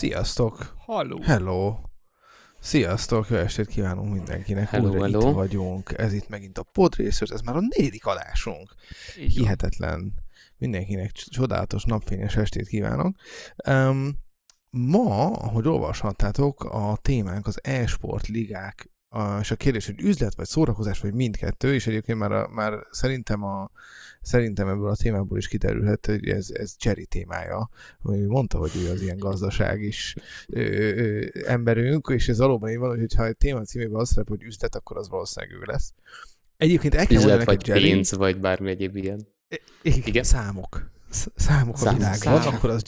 Sziasztok! Halló! Hello! Sziasztok! Jó estét kívánunk mindenkinek! Hello, Újra itt hello. vagyunk. Ez itt megint a Podrészers, ez már a 4. adásunk. Így van. Hihetetlen. Mindenkinek csodálatos napfényes estét kívánok. Ma, ahogy olvashattátok, a témánk az e-sport ligák, és a kérdés, hogy üzlet vagy szórakozás, vagy mindkettő, és egyébként már szerintem ebből a témából is kiderülhet, hogy ez Jerry témája. Mondta, hogy ő az ilyen gazdaság is emberünk, és ez valóban így van, hogy ha egy téma címében azt szerepel, hogy üzlet, akkor az valószínűleg ő lesz. Egyébként el kell mondani Üzlet neked, vagy Jerry, pénz, vagy bármi egyéb ilyen. igen. Számok a világban, akkor az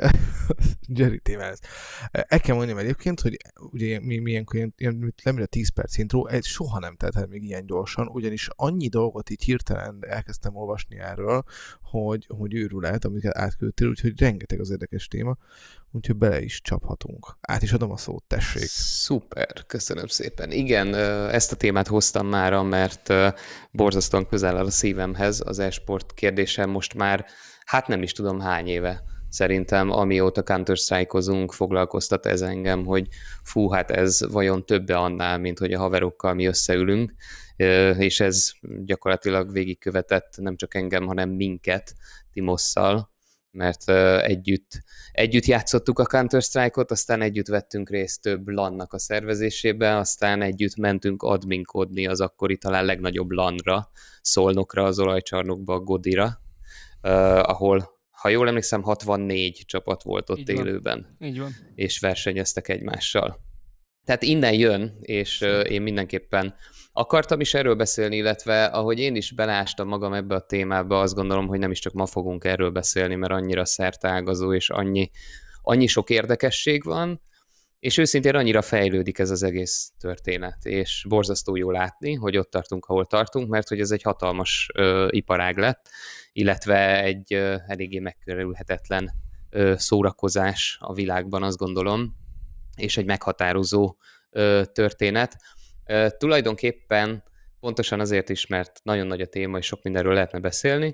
Jerry téma lesz. El kell mondjam egyébként, hogy ugye mi ilyenkor nem a 10 perc intro, ez soha nem telt el még ilyen gyorsan, ugyanis annyi dolgot így hirtelen elkezdtem olvasni erről, hogy őrület, amiket átküldtél, úgyhogy rengeteg az érdekes téma, úgyhogy bele is csaphatunk. Át is adom a szót, tessék. Szuper, köszönöm szépen. Igen, ezt a témát hoztam mára, mert borzasztóan közel áll a szívemhez az e-sport kérdésem most már, hát nem is tudom hány éve. Szerintem amióta Counter-Strike-ozunk, foglalkoztat ez engem, hogy fú, hát ez vajon többe annál, mint hogy a haverokkal mi összeülünk, és ez gyakorlatilag végigkövetett nem csak engem, hanem minket Timosszal, mert együtt játszottuk a Counter-Strike-ot, aztán együtt vettünk részt több LAN-nak a szervezésében, aztán együtt mentünk adminkodni az akkori talán legnagyobb LAN-ra, Szolnokra, az olajcsarnokba, a Godira, ahol, ha jól emlékszem, 64 csapat volt ott élőben. Így van. És versenyeztek egymással. Tehát innen jön, és én mindenképpen akartam is erről beszélni, illetve ahogy én is beleástam magam ebbe a témába, azt gondolom, hogy nem is csak ma fogunk erről beszélni, mert annyira szerteágazó, és annyi sok érdekesség van, és őszintén annyira fejlődik ez az egész történet, és borzasztó jó látni, hogy ott tartunk, ahol tartunk, mert hogy ez egy hatalmas iparág lett, illetve egy eléggé megkerülhetetlen szórakozás a világban, azt gondolom, és egy meghatározó történet. Tulajdonképpen pontosan azért is, mert nagyon nagy a téma, és sok mindenről lehetne beszélni.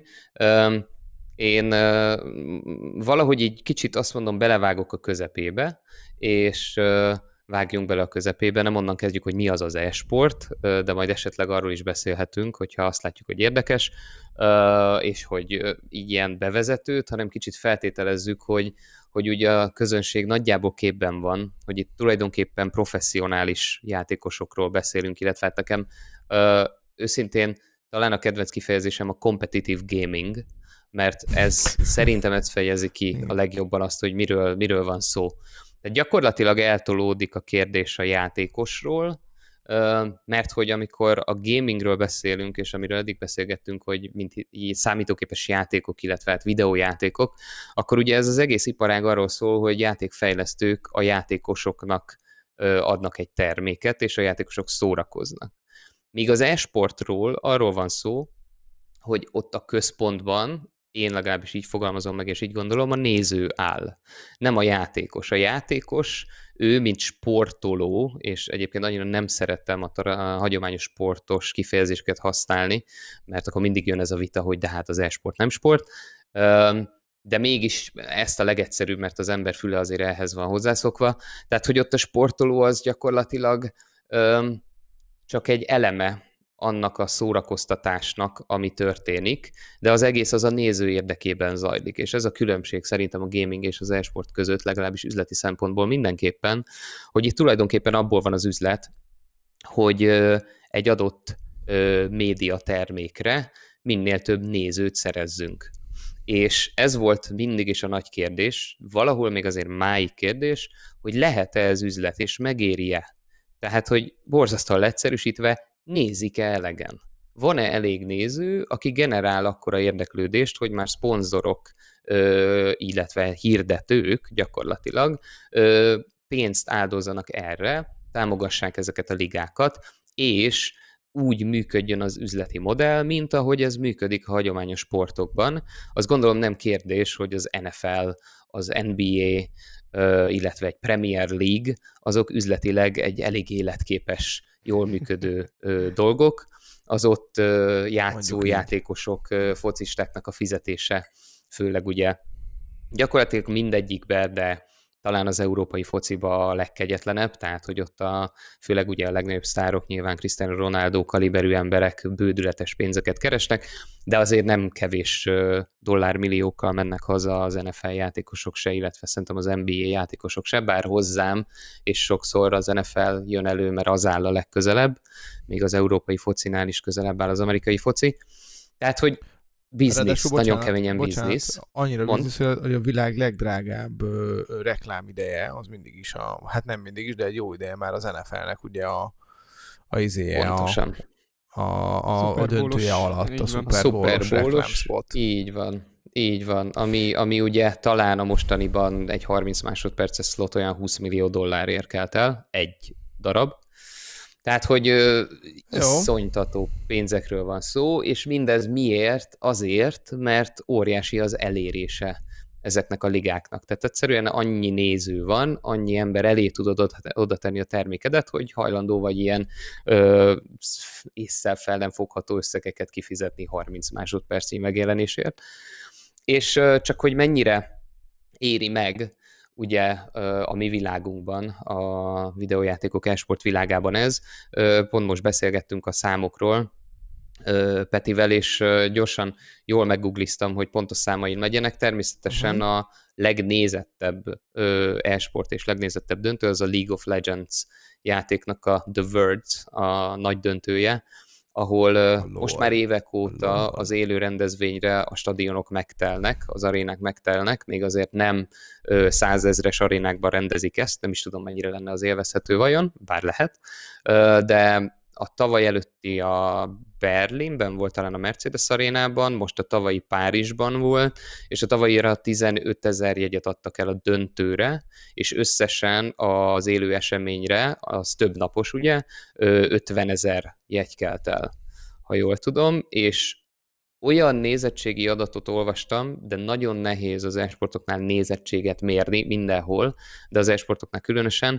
Én valahogy így kicsit azt mondom, belevágok a közepébe, és vágjunk bele a közepébe, nem onnan kezdjük, hogy mi az az e-sport, de majd esetleg arról is beszélhetünk, hogyha azt látjuk, hogy érdekes, és hogy így ilyen bevezetőt, hanem kicsit feltételezzük, hogy ugye a közönség nagyjából képben van, hogy itt tulajdonképpen professzionális játékosokról beszélünk, illetve hát nekem őszintén talán a kedvenc kifejezésem a competitive gaming, mert szerintem ez fejezi ki a legjobban azt, hogy miről van szó. Tehát gyakorlatilag eltolódik a kérdés a játékosról, mert hogy amikor a gamingről beszélünk, és amiről eddig beszélgettünk, hogy mint számítógépes játékok, illetve hát videójátékok, akkor ugye ez az egész iparág arról szól, hogy játékfejlesztők a játékosoknak adnak egy terméket, és a játékosok szórakoznak. Míg az e-sportról arról van szó, hogy ott a központban, én legalábbis így fogalmazom meg, és így gondolom, a néző áll. Nem a játékos. A játékos, ő, mint sportoló, és egyébként annyira nem szerettem a hagyományos sportos kifejezéseket használni, mert akkor mindig jön ez a vita, hogy de hát az e-sport nem sport, de mégis ezt a legegyszerűbb, mert az ember füle azért ehhez van hozzászokva. Tehát, hogy ott a sportoló az gyakorlatilag csak egy eleme annak a szórakoztatásnak, ami történik, de az egész az a néző érdekében zajlik, és ez a különbség szerintem a gaming és az e-sport között, legalábbis üzleti szempontból mindenképpen, hogy itt tulajdonképpen abból van az üzlet, hogy egy adott média termékre minél több nézőt szerezzünk. És ez volt mindig is a nagy kérdés, valahol még azért máig kérdés, hogy lehet-e ez üzlet, és megéri-e? Tehát, hogy borzasztóan leegyszerűsítve, nézik-e elegen? Van-e elég néző, aki generál akkora érdeklődést, hogy már szponzorok, illetve hirdetők gyakorlatilag pénzt áldozzanak erre, támogassák ezeket a ligákat, és úgy működjön az üzleti modell, mint ahogy ez működik a hagyományos sportokban. Azt gondolom nem kérdés, hogy az NFL, az NBA, illetve egy Premier League, azok üzletileg egy elég életképes, jól működő dolgok. Az ott játszó játékosok, focistáknak a fizetése, főleg ugye gyakorlatilag mindegyikben, de talán az európai fociba a legkegyetlenebb, tehát hogy ott főleg ugye a legnagyobb sztárok, nyilván Cristiano Ronaldo kaliberű emberek bődületes pénzeket keresnek, de azért nem kevés dollármilliókkal mennek haza az NFL játékosok se, illetve szerintem az NBA játékosok se, bár hozzám, és sokszor az NFL jön elő, mert az áll a legközelebb, még az európai focinál is közelebb áll az amerikai foci. Tehát, hogy biznisz, nagyon keményen biznisz. Annyira biznisz, hogy a világ legdrágább reklámideje, az mindig is hát nem mindig is, de egy jó ideje már az NFL-nek ugye a döntője alatt, a Super Bowl-os reklámspot. Így van. Ami ugye talán a mostaniban egy 30 másodperces slot olyan 20 millió dollárért kelt el, egy darab. Tehát, hogy iszonytató pénzekről van szó, és mindez miért? Azért, mert óriási az elérése ezeknek a ligáknak. Tehát egyszerűen annyi néző van, annyi ember elé tudod oda tenni a termékedet, hogy hajlandó vagy ilyen ésszel fel nem fogható összegeket kifizetni 30 másodpercnyi megjelenésért. És csak hogy mennyire éri meg ugye a mi világunkban, a videójátékok e-sport világában ez. Pont most beszélgettünk a számokról Petivel, és gyorsan jól meggoogliztam, hogy pontos számaim legyenek. Természetesen a legnézettebb e-sport és legnézettebb döntő az a League of Legends játéknak a The Worlds, a nagy döntője, ahol most már évek óta az élő rendezvényre a stadionok megtelnek, az arénák megtelnek, még azért nem 100 000-es arénákban rendezik ezt, nem is tudom, mennyire lenne az élvezhető vajon, bár lehet, de a tavaly előtti a Berlinben volt talán a Mercedes arénában, most a tavalyi Párizsban volt, és a tavalyira 15 000 jegyet adtak el a döntőre, és összesen az élő eseményre, az több napos ugye, 50 000 jegy kelt el, ha jól tudom, és olyan nézettségi adatot olvastam, de nagyon nehéz az e-sportoknál nézettséget mérni mindenhol, de az e-sportoknál különösen,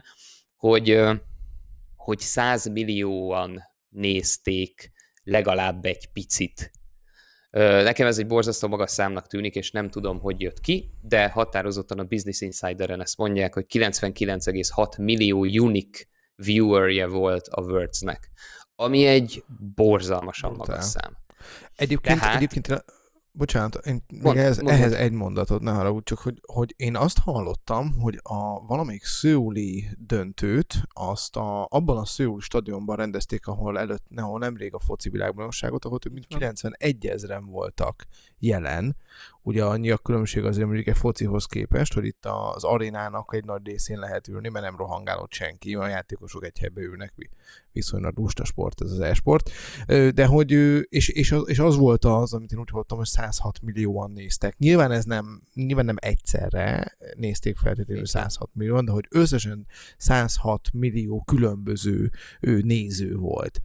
hogy 100 millióan nézték legalább egy picit. Nekem ez egy borzasztó magas számnak tűnik, és nem tudom, hogy jött ki, de határozottan a Business Insideren ezt mondják, hogy 99,6 millió unique viewerje volt a Worldsnek, ami egy borzalmasan magas szám. Egyébként bocsánat, ehhez egy mondatot, ne haragudj, csak hogy én azt hallottam, hogy a valamelyik szöuli döntőt azt abban a szöuli stadionban rendezték, ahol nemrég a foci világbajnokságot, ahol több mint 91 000 voltak jelen. Ugye annyi a különbség azért mondjuk egy focihoz képest, hogy itt az arénának egy nagy részén lehet ülni, mert nem rohangálott senki, a játékosok egy helybe ülnek, viszonylag lusta sport ez az e-sport. De hogy, és az volt az, amit én úgy hallottam, hogy 106 millióan néztek. Nyilván nem egyszerre nézték feltétlenül 106 millióan, de hogy összesen 106 millió különböző néző volt.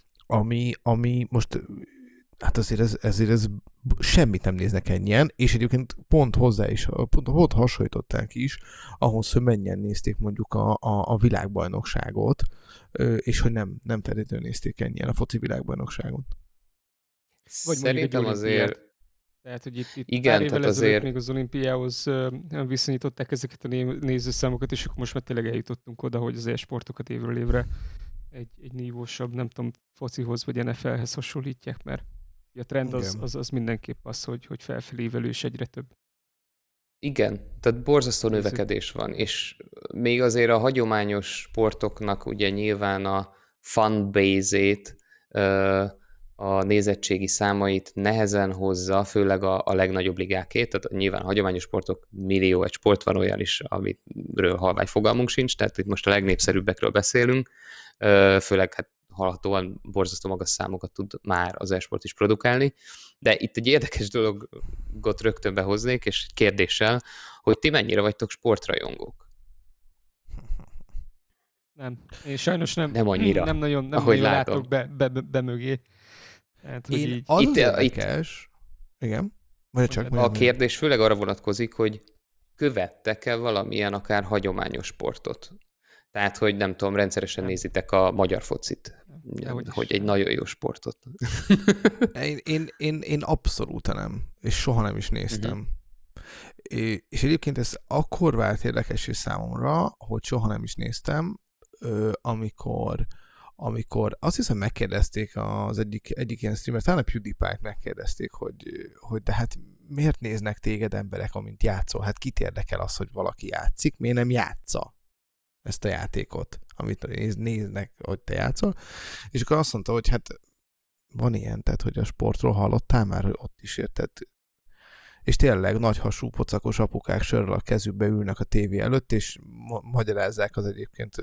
Ami most hát azért ez semmit nem néznek ennyien, és egyébként pont hasonlították is ahhoz, hogy mennyien nézték mondjuk a világbajnokságot, és hogy nem feltétlenül nézték ennyien a foci világbajnokságot. Vagy szerintem azért... Tehát, hogy itt igen, pár évvel ezelőtt azért... még az olimpiához viszonyították ezeket a nézőszámokat, és akkor most már tényleg eljutottunk oda, hogy az e-sportokat évről évre egy nívósabb, nem tudom, focihoz vagy NFL-hez hasonlítják, mert a trend az mindenképp az, hogy felfelévelő és egyre több. Igen, tehát borzasztó növekedés van, és még azért a hagyományos sportoknak ugye nyilván a fanbase-ét, a nézettségi számait nehezen hozza, főleg a legnagyobb ligákét, tehát nyilván a hagyományos sportok millió egy sport, van olyan is, amiről halvány fogalmunk sincs, tehát itt most a legnépszerűbbekről beszélünk, főleg hát hallhatóan borzasztó magas számokat tud már az e-sport is produkálni, de itt egy érdekes dologot rögtön behoznék, és egy kérdéssel, hogy ti mennyire vagytok sportrajongók? Nem. Én sajnos nem annyira, nem nagyon látok be mögé. Hát, hogy így... Az érdekes. Igen. A kérdés főleg arra vonatkozik, hogy követtek-e valamilyen akár hagyományos sportot? Tehát, hogy nem tudom, rendszeresen nézitek a magyar focit. Hogy egy nagyon jó sportot. Én abszolút nem. És soha nem is néztem. És egyébként ez akkor vált érdekessé számomra, hogy soha nem is néztem, amikor azt hiszem megkérdezték az egyik ilyen streamer, talán a PewDiePie-t megkérdezték, hogy de hát miért néznek téged emberek, amint játszol? Hát kit érdekel az, hogy valaki játszik, miért nem játsza ezt a játékot, amit néznek, hogy te játszol? És akkor azt mondta, hogy hát van ilyen, tehát hogy a sportról hallottál már, hogy ott is érted, és tényleg nagy hasú pocakos apukák sörrel a kezükbe ülnek a tévé előtt, és magyarázzák az egyébként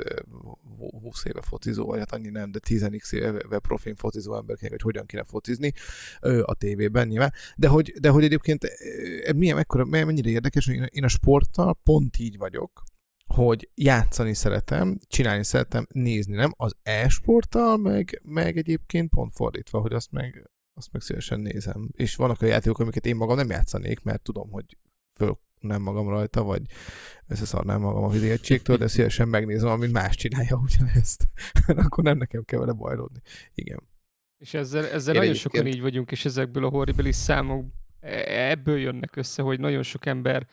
20 éve focizó, vagy hát annyi nem, de 10x éve profin focizó emberkének, hogy hogyan kéne focizni a tévében nyilván. De hogy egyébként mennyire érdekes, hogy én a sporttal pont így vagyok, hogy játszani szeretem, csinálni szeretem, nézni nem, az e-sporttal meg egyébként pont fordítva, hogy azt meg szívesen nézem. És vannak olyan játékok, amiket én magam nem játszanék, mert tudom, hogy nem magam rajta, vagy összeszarnám magam a videóegységtől, de szívesen megnézem, amint más csinálja ugyanezt. Akkor nem nekem kell vele bajlódni. Igen. És ezzel nagyon sokan így vagyunk, és ezekből a horribilis számok ebből jönnek össze, hogy nagyon sok ember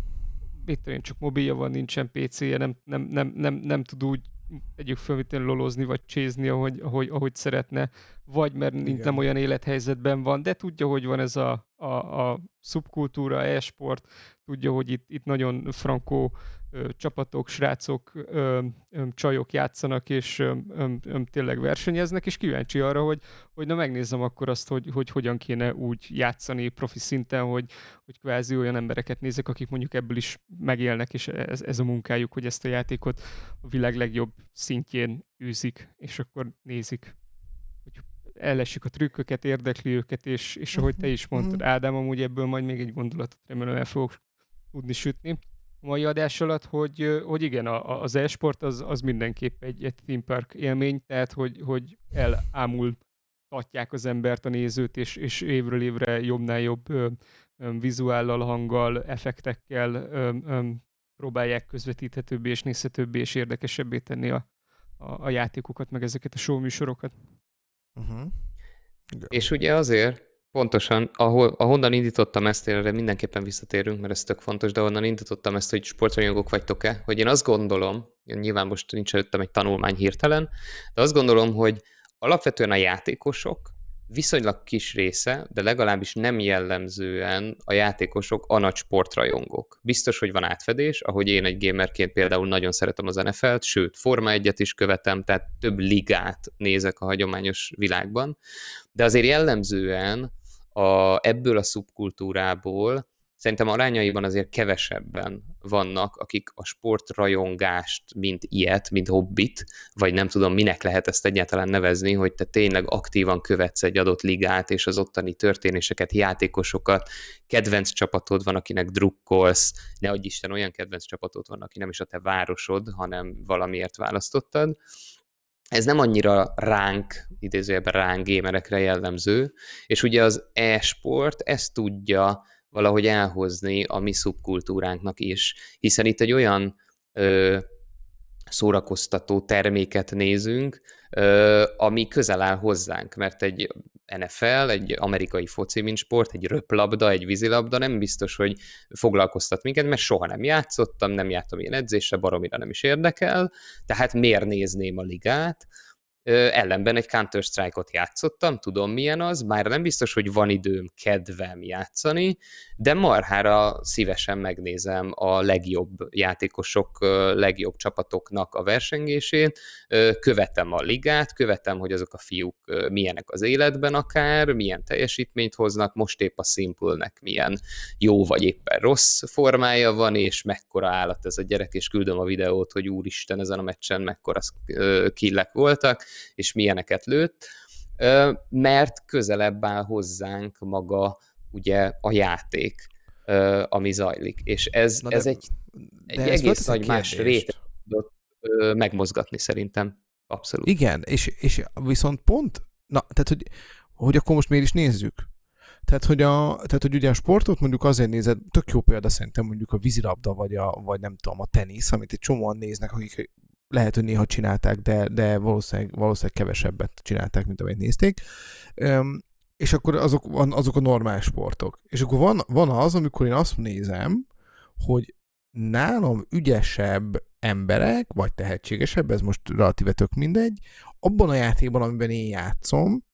csak mobilja van, nincsen PC-je, nem tud úgy tegyük fölvétlenül lolozni, vagy csézni, ahogy szeretne, vagy mert nem olyan élethelyzetben van, de tudja, hogy van ez a szubkultúra, e-sport, tudja, hogy itt nagyon frankó csapatok, srácok, csajok játszanak, és tényleg versenyeznek, és kíváncsi arra, hogy na megnézzem akkor azt, hogy hogyan kéne úgy játszani profi szinten, hogy kvázi olyan embereket nézek, akik mondjuk ebből is megélnek, és ez a munkájuk, hogy ezt a játékot a világ legjobb szintjén űzik, és akkor nézik, hogy ellesik a trükköket, érdekli őket, és ahogy te is mondtad, Ádám, amúgy ebből majd még egy gondolatot remélem el fogok tudni sütni a mai adás alatt, hogy igen, az e-sport az mindenképp egy theme park élmény, tehát hogy elámultatják az embert, a nézőt, és évről évre jobbnál jobb vizuállal, hanggal, effektekkel próbálják közvetíthetőbbé és nézhetőbbé és érdekesebbé tenni a játékokat, meg ezeket a show műsorokat. És ugye azért, pontosan, ahonnan indítottam ezt, erre mindenképpen visszatérünk, mert ez tök fontos, de ahonnan indítottam ezt, hogy sportrajongók vagytok-e, hogy én azt gondolom, nyilván most nincs előttem egy tanulmány hirtelen, de azt gondolom, hogy alapvetően a játékosok viszonylag kis része, de legalábbis nem jellemzően a játékosok a nagy sportrajongók. Biztos, hogy van átfedés, ahogy én egy gamerként például nagyon szeretem az NFL-t, sőt, Forma 1-et is követem, tehát több ligát nézek a hagyományos világban, de azért jellemzően ebből a szubkultúrából szerintem arányaiban azért kevesebben vannak, akik a sportrajongást, mint ilyet, mint hobbit, vagy nem tudom, minek lehet ezt egyáltalán nevezni, hogy te tényleg aktívan követsz egy adott ligát, és az ottani történéseket, játékosokat, kedvenc csapatod van, akinek drukkolsz, ne adj Isten, olyan kedvenc csapatod van, aki nem is a te városod, hanem valamiért választottad. Ez nem annyira ránk, idézőjelben ránk gamerekre jellemző, és ugye az e-sport ezt tudja valahogy elhozni a mi szubkultúránknak is, hiszen itt egy olyan szórakoztató terméket nézünk, ami közel áll hozzánk, mert egy NFL, egy amerikai foci, mint sport, egy röplabda, egy vízilabda nem biztos, hogy foglalkoztat minket, mert soha nem játszottam, nem jártam ilyen edzésre, baromira nem is érdekel, tehát miért nézném a ligát? Ellenben egy Counter-Strike-ot játszottam, tudom milyen az, már nem biztos, hogy van időm, kedvem játszani, de marhára szívesen megnézem a legjobb játékosok, legjobb csapatoknak a versengését, követem a ligát, követem, hogy azok a fiúk milyenek az életben akár, milyen teljesítményt hoznak, most épp a Simple-nek milyen jó vagy éppen rossz formája van, és mekkora állat ez a gyerek, és küldöm a videót, hogy úristen, ezen a meccsen mekkora killek voltak, és milyeneket lőtt, mert közelebb áll hozzánk maga ugye a játék, ami zajlik. És ez egy egész nagy más réteget tudott megmozgatni szerintem. Abszolút. Igen, és viszont pont, tehát hogy akkor most miért is nézzük? Tehát, hogy ugye a sportot mondjuk azért nézed, tök jó példa szerintem mondjuk a vízilabda, vagy nem tudom, a tenisz, amit egy csomóan néznek, akik lehet, hogy néha csinálták, de valószínűleg kevesebbet csinálták, mint amit nézték. És akkor azok a normál sportok. És akkor van az, amikor én azt nézem, hogy nálam ügyesebb emberek, vagy tehetségesebb, ez most relatíve tök mindegy, abban a játékban, amiben én játszom,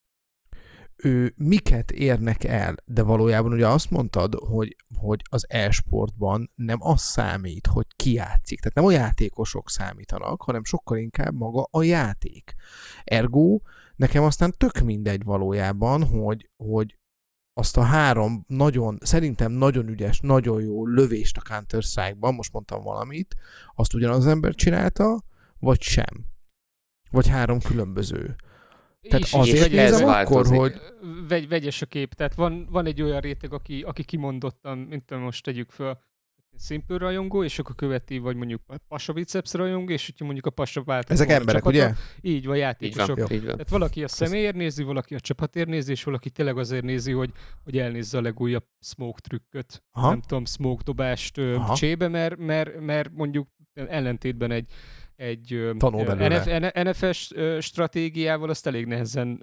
miket érnek el, de valójában ugye azt mondtad, hogy az e-sportban nem az számít, hogy ki játszik. Tehát nem a játékosok számítanak, hanem sokkal inkább maga a játék. Ergo nekem aztán tök mindegy valójában, hogy azt a 3 szerintem nagyon ügyes, nagyon jó lövést a Counter-Strike-ban, most mondtam valamit, azt ugyanaz az ember csinálta, vagy sem. Vagy 3 különböző. Tehát azért nézem akkor, hogy... Vegyes a kép. Tehát van egy olyan réteg, aki kimondottan, mint most tegyük föl, Simple rajongó, és akkor követi, vagy mondjuk a Pasha Biceps rajongó, és hogyha mondjuk a Pasha változó. Ezek emberek, ugye? Így van, játékosok. Így van. Tehát valaki a személyért nézi, valaki a csapatért nézi, és valaki tényleg azért nézi, hogy elnézze a legújabb smoke trükköt. Aha. Nem tudom, smoke dobást csébe, mert mondjuk ellentétben egy NFS stratégiával azt elég nehezen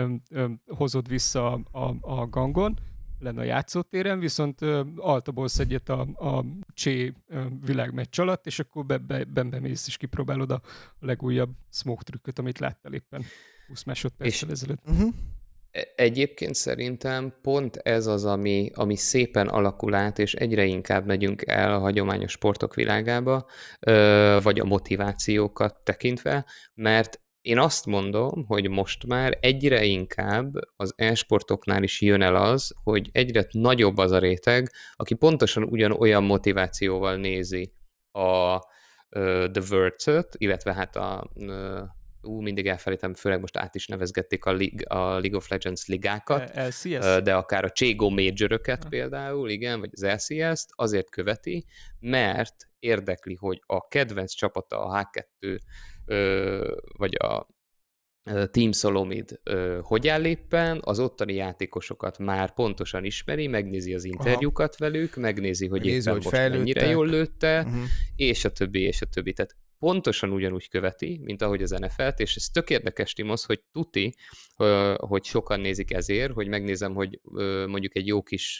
hozod vissza a gangon, lenne a játszótéren, viszont altaból szedjet a Csé világmeccs alatt, és akkor bemész és kipróbálod a legújabb smoke trükköt, amit láttál éppen 20 másodperccel ezelőtt. Egyébként szerintem pont ez az, ami szépen alakul át, és egyre inkább megyünk el a hagyományos sportok világába, vagy a motivációkat tekintve, mert én azt mondom, hogy most már egyre inkább az e-sportoknál is jön el az, hogy egyre nagyobb az a réteg, aki pontosan ugyanolyan motivációval nézi a The Words-öt, illetve hát mindig elfelejtem, főleg most át is nevezgették a League of Legends ligákat, LCS? De akár a CSGO Major-öket például, igen, vagy az LCS-t azért követi, mert érdekli, hogy a kedvenc csapata, a H2 vagy a Team Solomid hogy áll éppen, az ottani játékosokat már pontosan ismeri, megnézi az interjúkat velük, megnézi, hogy éppen most mennyire jól lőtte, és a többi, és a többi. Tehát pontosan ugyanúgy követi, mint ahogy az NFL-t, és ez tök érdekes, Timosz, hogy tuti, hogy sokan nézik ezért, hogy megnézem, hogy mondjuk egy jó kis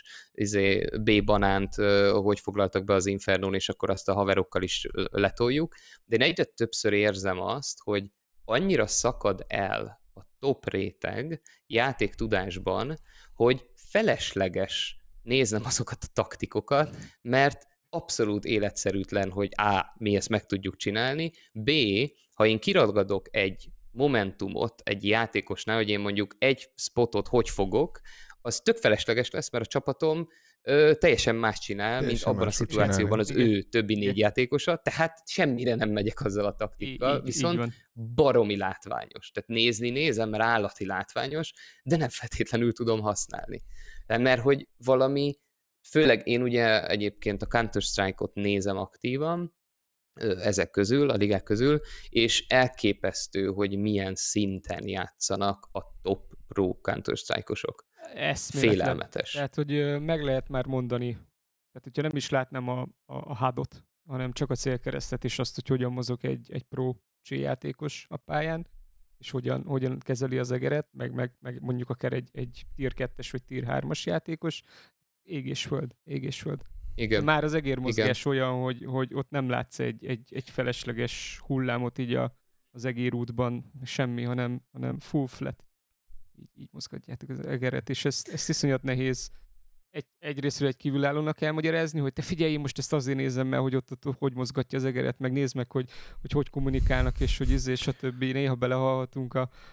B-banánt hogy foglaltak be az Infernón, és akkor azt a haverokkal is letoljuk, de én egyre többször érzem azt, hogy annyira szakad el a top réteg játéktudásban, hogy felesleges néznem azokat a taktikokat, mert abszolút életszerűtlen, hogy mi ezt meg tudjuk csinálni, B, ha én kiragadok egy momentumot egy játékosnál, hogy én mondjuk egy spotot hogy fogok, az tök felesleges lesz, mert a csapatom teljesen más csinál, mint abban a szituációban az ő többi 4 játékosa, tehát semmire nem megyek azzal a taktikkal, viszont baromi látványos. Tehát nézem, mert állati látványos, de nem feltétlenül tudom használni. Mert hogy valami, főleg én ugye egyébként a Counter-Strike-ot nézem aktívan, ezek közül, a ligák közül, és elképesztő, hogy milyen szinten játszanak a top pro Counter-Strike-osok. Félelmetes. Tehát, hogy meg lehet már mondani, tehát hogyha nem is látnám a HUD-ot, hanem csak a célkeresztet, és azt, hogy hogyan mozog egy pro játékos a pályán, és hogyan kezeli az egeret, meg mondjuk akár egy tier 2-es vagy tier 3-as játékos, ég és föld. Igen. Már az egérmozgás olyan, hogy ott nem látsz egy felesleges hullámot így az egérútban, semmi, hanem full flat. Így mozgatjátok az egeret, és ezt iszonyat nehéz egyrésztről egy kívülállónak elmagyarázni, hogy te figyelj, én most ezt azért nézem, mert hogy ott hogy mozgatja az egeret, meg nézd meg, hogy kommunikálnak, és hogy és a többi. Néha belehallhatunk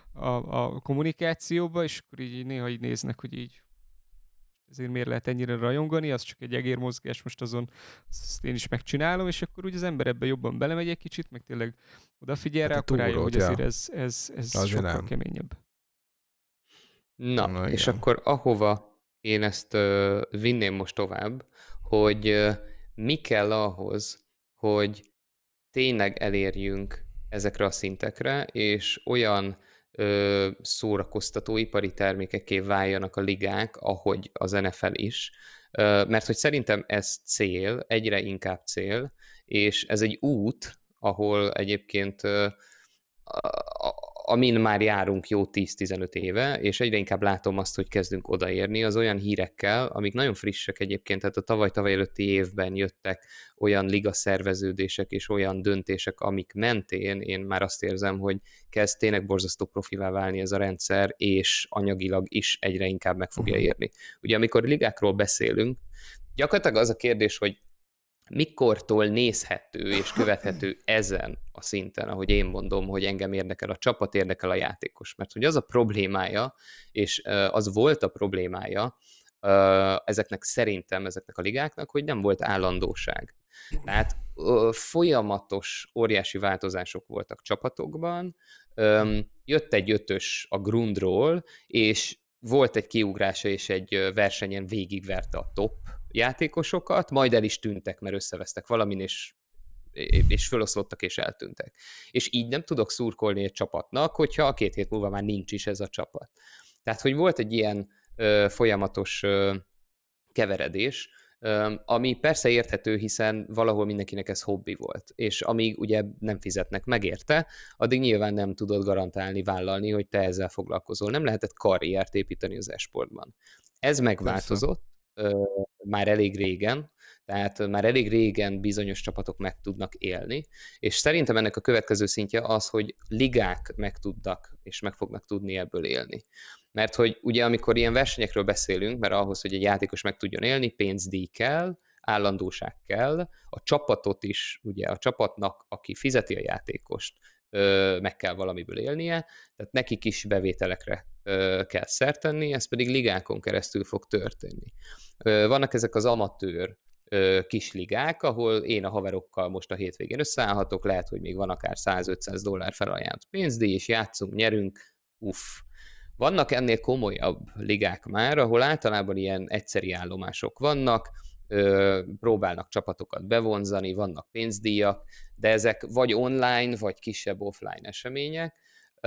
a kommunikációba, és akkor így néha így néznek, hogy így ezért miért lehet ennyire rajongani, az csak egy egérmozgás, most azon azt én is megcsinálom, és akkor úgy az ember ebbe jobban belemegy egy kicsit, meg tényleg odafigyel rá, akkor rájön, hogy azért ez sokkal keményebb. Na, és akkor ahova én ezt vinném most tovább, hogy mi kell ahhoz, hogy tényleg elérjünk ezekre a szintekre, és olyan szórakoztató ipari termékekké váljanak a ligák, ahogy az NFL is, mert hogy szerintem ez cél, egyre inkább cél, és ez egy út, ahol egyébként amin már járunk jó 10-15 éve, és egyre inkább látom azt, hogy kezdünk odaérni az olyan hírekkel, amik nagyon frissek egyébként, tehát a tavaly előtti évben jöttek olyan ligaszerveződések és olyan döntések, amik mentén én már azt érzem, hogy kezd tényleg borzasztó profivá válni ez a rendszer, és anyagilag is egyre inkább meg fogja érni. Ugye amikor ligákról beszélünk, gyakorlatilag az a kérdés, hogy mikortól nézhető és követhető ezen a szinten, ahogy én mondom, hogy engem érdekel a csapat, érdekel a játékos. Mert hogy az a problémája, és az volt a problémája ezeknek a ligáknak, hogy nem volt állandóság. Tehát folyamatos, óriási változások voltak csapatokban, jött egy 5-ös a grundról, és volt egy kiugrása, és egy versenyen végigverte a top játékosokat, majd el is tűntek, mert összevesztek valamin, és föloszlottak, és eltűntek. És így nem tudok szurkolni egy csapatnak, hogyha a 2 hét múlva már nincs is ez a csapat. Tehát, hogy volt egy ilyen folyamatos keveredés, ami persze érthető, hiszen valahol mindenkinek ez hobbi volt, és amíg ugye nem fizetnek meg érte, addig nyilván nem tudod garantálni, vállalni, hogy te ezzel foglalkozol. Nem lehetett karriert építeni az e-sportban. Ez megváltozott már elég régen, tehát már elég régen bizonyos csapatok meg tudnak élni, és szerintem ennek a következő szintje az, hogy ligák meg tudnak, és meg fognak tudni ebből élni. Mert hogy ugye amikor ilyen versenyekről beszélünk, mert ahhoz, hogy egy játékos meg tudjon élni, pénzdíj kell, állandóság kell, a csapatot is, ugye a csapatnak, aki fizeti a játékost, meg kell valamiből élnie, tehát nekik is bevételekre kell szert tenni, ez pedig ligákon keresztül fog történni. Vannak ezek az amatőr kis ligák, ahol én a haverokkal most a hétvégén összeállhatok, lehet, hogy még van akár $100-500 felajánlott pénzdíj, és játszunk, nyerünk, Vannak ennél komolyabb ligák már, ahol általában ilyen egyszeri állomások vannak, próbálnak csapatokat bevonzani, vannak pénzdíjak, de ezek vagy online, vagy kisebb offline események,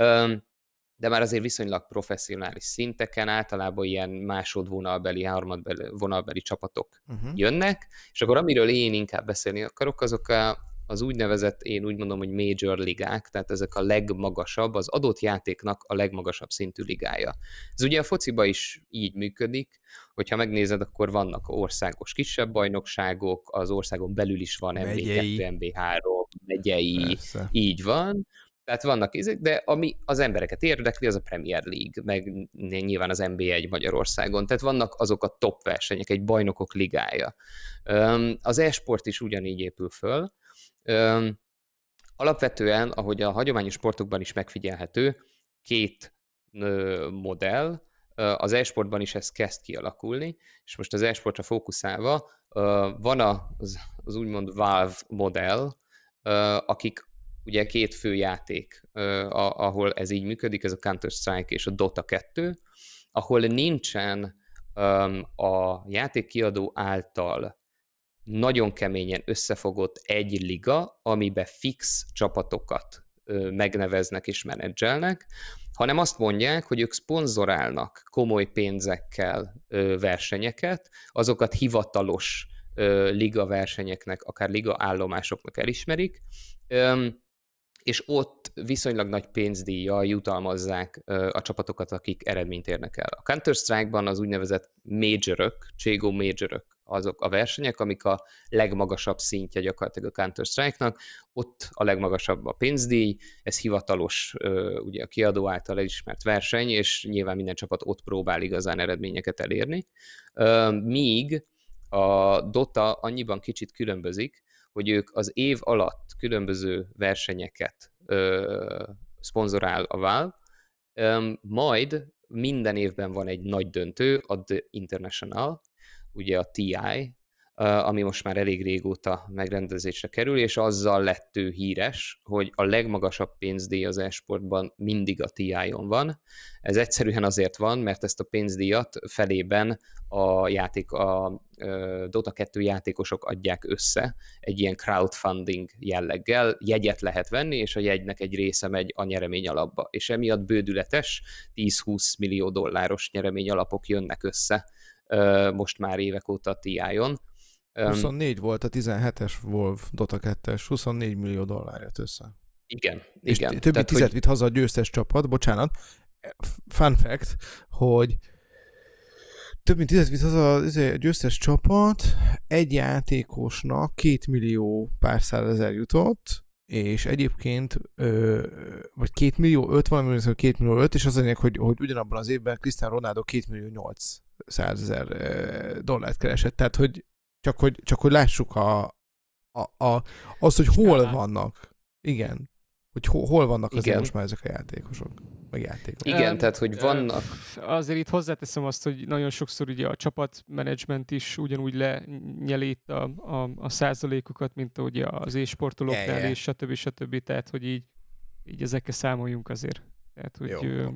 de már azért viszonylag professzionális szinteken, általában ilyen másodvonalbeli, harmadvonalbeli csapatok jönnek, és akkor amiről én inkább beszélni akarok, azok az úgynevezett, én úgy mondom, hogy major ligák, tehát ezek a legmagasabb, az adott játéknak a legmagasabb szintű ligája. Ez ugye a fociba is így működik, hogyha megnézed, akkor vannak országos kisebb bajnokságok, az országon belül is van MB2, MB3, megyei, persze. Így van. Tehát vannak ezek, de ami az embereket érdekli, az a Premier League, meg nyilván az NB1 Magyarországon. Tehát vannak azok a top versenyek, egy bajnokok ligája. Az e-sport is ugyanígy épül föl. Alapvetően, ahogy a hagyományos sportokban is megfigyelhető, 2 modell, az e-sportban is ez kezd kialakulni, és most az e-sportra fókuszálva van az úgymond Valve modell, akik ugye 2 fő játék, ahol ez így működik, ez a Counter-Strike és a Dota 2, ahol nincsen a játékkiadó által nagyon keményen összefogott egy liga, amiben fix csapatokat megneveznek és menedzselnek, hanem azt mondják, hogy ők szponzorálnak komoly pénzekkel versenyeket, azokat hivatalos liga versenyeknek, akár liga állomásoknak elismerik, és ott viszonylag nagy pénzdíjjal jutalmazzák a csapatokat, akik eredményt érnek el. A Counter-Strike-ban az úgynevezett majorök, CSGO majorök azok a versenyek, amik a legmagasabb szintje gyakorlatilag a Counter-Strike-nak, ott a legmagasabb a pénzdíj, ez hivatalos, ugye a kiadó által elismert verseny, és nyilván minden csapat ott próbál igazán eredményeket elérni. Míg a Dota annyiban kicsit különbözik, hogy ők az év alatt különböző versenyeket szponzorál a Valve, majd minden évben van egy nagy döntő, a The International, ugye a TI, ami most már elég régóta megrendezésre kerül, és azzal lett ő híres, hogy a legmagasabb pénzdíj az e-sportban mindig a TI-on van. Ez egyszerűen azért van, mert ezt a pénzdíjat felében a Dota 2 játékosok adják össze egy ilyen crowdfunding jelleggel, jegyet lehet venni, és a jegynek egy része megy a nyeremény alapba, és emiatt bődületes 10-20 millió dolláros nyeremény alapok jönnek össze most már évek óta a TI-on. 24 volt a 17-es Wolf Dota 2-es, 24 millió dollár jött össze. Igen, És igen. több mint Tehát, 10 vitt haza a győztes csapat, bocsánat, fun fact, hogy több mint 10 vitt haza a győztes csapat, egy játékosnak 2 millió pár százezer jutott, és egyébként vagy 2 millió 5, valami 2 millió 5, és az lényeg, hogy ugyanabban az évben Cristiano Ronaldo 2 millió 800 ezer dollárt keresett. Tehát, hogy csak hogy lássuk azt, hogy hol vannak. Igen. Hogy hol vannak azért Igen. most már ezek a játékosok. Meg játékok. Igen, tehát hogy vannak... Azért itt hozzáteszem azt, hogy nagyon sokszor ugye a csapatmenedzsment is ugyanúgy lenyeli itt a százalékokat, mint ugye az e-sportolóknál, és stb. Tehát, hogy így ezekkel számoljunk azért. Tehát, hogy... Jó,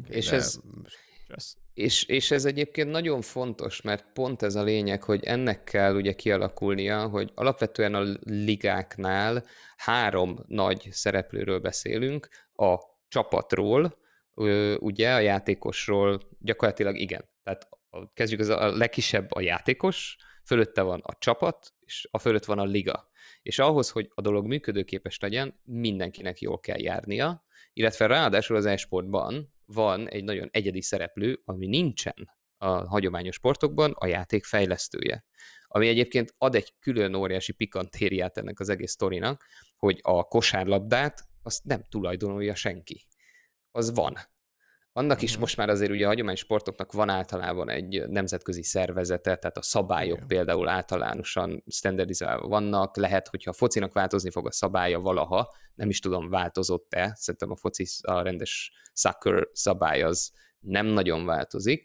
és ez egyébként nagyon fontos, mert pont ez a lényeg, hogy ennek kell ugye kialakulnia, hogy alapvetően a ligáknál 3 nagy szereplőről beszélünk, a csapatról, ugye a játékosról, gyakorlatilag igen. Tehát kezdjük, a legkisebb a játékos, fölötte van a csapat, és a fölött van a liga. És ahhoz, hogy a dolog működőképes legyen, mindenkinek jól kell járnia, illetve ráadásul az e-sportban van egy nagyon egyedi szereplő, ami nincsen a hagyományos sportokban, a játék fejlesztője. Ami egyébként ad egy külön óriási pikantériát ennek az egész sztorinak, hogy a kosárlabdát azt nem tulajdonolja senki. Az van. Annak is most már azért ugye a hagyományos sportoknak van általában egy nemzetközi szervezete, tehát a szabályok például általánosan standardizálva vannak, lehet, hogyha a focinak változni fog a szabálya valaha, nem is tudom, változott-e, szerintem a rendes soccer szabály az nem nagyon változik,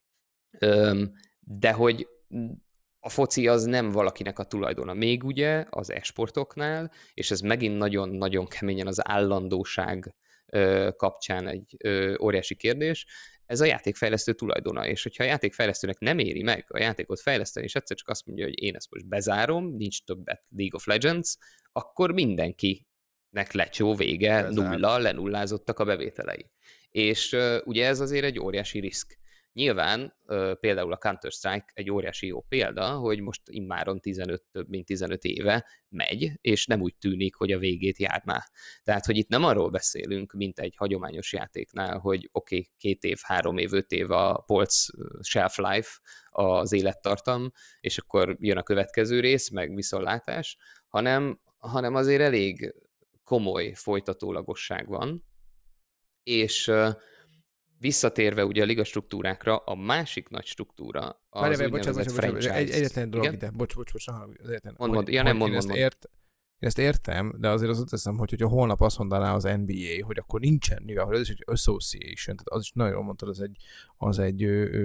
de hogy a foci az nem valakinek a tulajdona. Még ugye az e-sportoknál, és ez megint nagyon-nagyon keményen az állandóság kapcsán egy óriási kérdés, ez a játékfejlesztő tulajdona, és hogyha a játékfejlesztőnek nem éri meg a játékot fejleszteni, és egyszer csak azt mondja, hogy én ezt most bezárom, nincs többet League of Legends, akkor mindenkinek lecsó vége, nulla, lenullázottak a bevételei. És ugye ez azért egy óriási risk. Nyilván például a Counter-Strike egy óriási jó példa, hogy most immáron több mint 15 éve megy, és nem úgy tűnik, hogy a végét járná. Tehát, hogy itt nem arról beszélünk, mint egy hagyományos játéknál, hogy oké, 2 év, 3 év, 5 év a polc shelf life, az élettartam, és akkor jön a következő rész, meg viszontlátás, hanem azért elég komoly folytatólagosság van, és visszatérve ugye a liga struktúrákra, a másik nagy struktúra az úgynevezett franchise. Egyetlen dolog ide, bocs, Mond. Én ezt értem, de azért azt teszem, hogyha holnap azt mondaná az NBA, hogy akkor nincsen, mivel hogy ez is egy association, tehát az is nagyon jól mondtad, az egy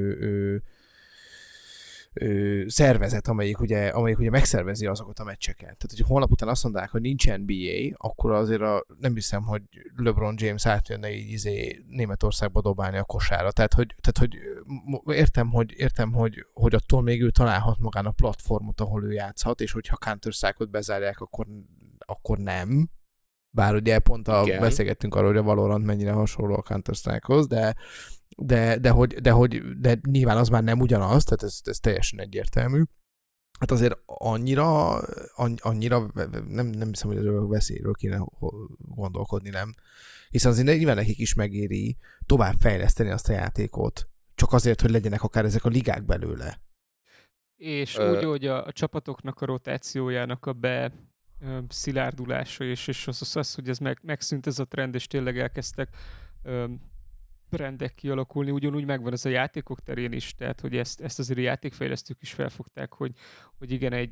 szervezet, amelyik ugye megszervezi azokat a meccseket. Tehát, hogy holnap után azt mondják, hogy nincs NBA, akkor azért nem hiszem, hogy LeBron James átjönne így Németországba dobálni a kosára. Tehát, hogy értem, hogy attól még ő találhat magának platformot, ahol ő játszhat, és hogyha Counter-Strike-ot bezárják, akkor nem. Bár ugye pont beszélgettünk arról, hogy a Valorant mennyire hasonló a Counter-Strike-hoz, de nyilván az már nem ugyanaz, tehát ez teljesen egyértelmű. Hát azért annyira nem hiszem, hogy erről veszélyről kéne gondolkodni, nem? Hiszen azért nyilván nekik is megéri tovább fejleszteni azt a játékot, csak azért, hogy legyenek akár ezek a ligák belőle. És úgy, hogy a csapatoknak a rotációjának a szilárdulása, és az, hogy ez megszűnt ez a trend, és tényleg elkezdtek brandek kialakulni, ugyanúgy megvan ez a játékok terén is, tehát hogy ezt azért a játékfejlesztők is felfogták, hogy igen,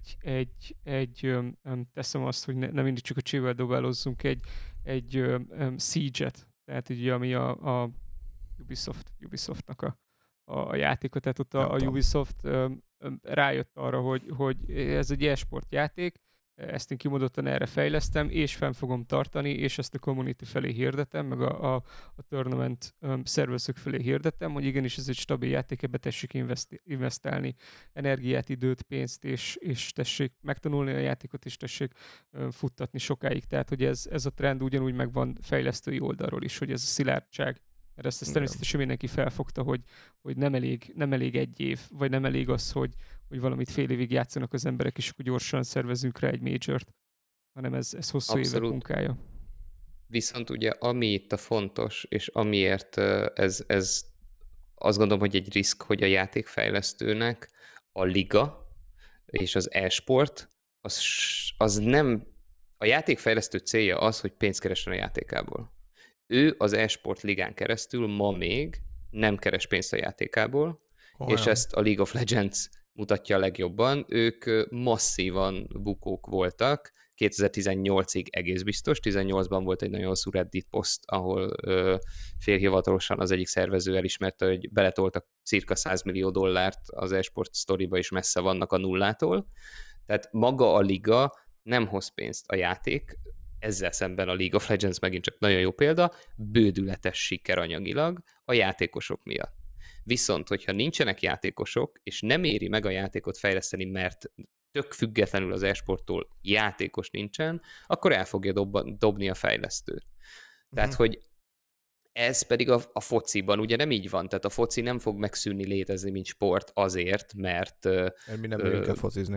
teszem azt, hogy nem mindig csak a csével dobálozzunk egy Siege-et, tehát ugye ami a Ubisoftnak a játéka, tehát ott a Ubisoft rájött arra, hogy ez egy e-sport játék, ezt én kimondottan erre fejlesztem, és fenn fogom tartani, és ezt a community felé hirdetem, meg a tournament szervezők felé hirdetem, hogy igenis ez egy stabil játék, ebbe tessék investálni energiát, időt, pénzt, és tessék megtanulni a játékot, és tessék futtatni sokáig. Tehát, hogy ez a trend ugyanúgy megvan fejlesztői oldalról is, hogy ez a szilárdság. Mert ezt természetesen mindenki felfogta, hogy nem elég egy év, vagy nem elég az, hogy valamit fél évig játszanak az emberek, és akkor gyorsan szervezünk rá egy majort, hanem ez hosszú évek munkája. Viszont ugye ami itt a fontos, és amiért ez azt gondolom, hogy egy risk, hogy a játékfejlesztőnek a liga és az e-sport, az nem... A játékfejlesztő célja az, hogy pénzt keressen a játékából. Ő az e-sport ligán keresztül ma még nem keres pénzt a játékából, és ezt a League of Legends mutatja a legjobban. Ők masszívan bukók voltak, 2018-ig egész biztos, 18-ban volt egy nagyon hosszú Reddit poszt, ahol félhivatalosan az egyik szervező elismerte, hogy beletoltak cirka $100 millió az e-sport sztoriba, és messze vannak a nullától. Tehát maga a liga nem hoz pénzt, a játék, ezzel szemben a League of Legends megint csak nagyon jó példa, bődületes siker anyagilag a játékosok miatt. Viszont, hogyha nincsenek játékosok, és nem éri meg a játékot fejleszteni, mert tök függetlenül az e-sporttól játékos nincsen, akkor el fogja dobni a fejlesztő. Tehát, hogy ez pedig a fociban ugye nem így van, tehát a foci nem fog megszűnni létezni, mint sport azért, mert Mi nem megyünk el focizni.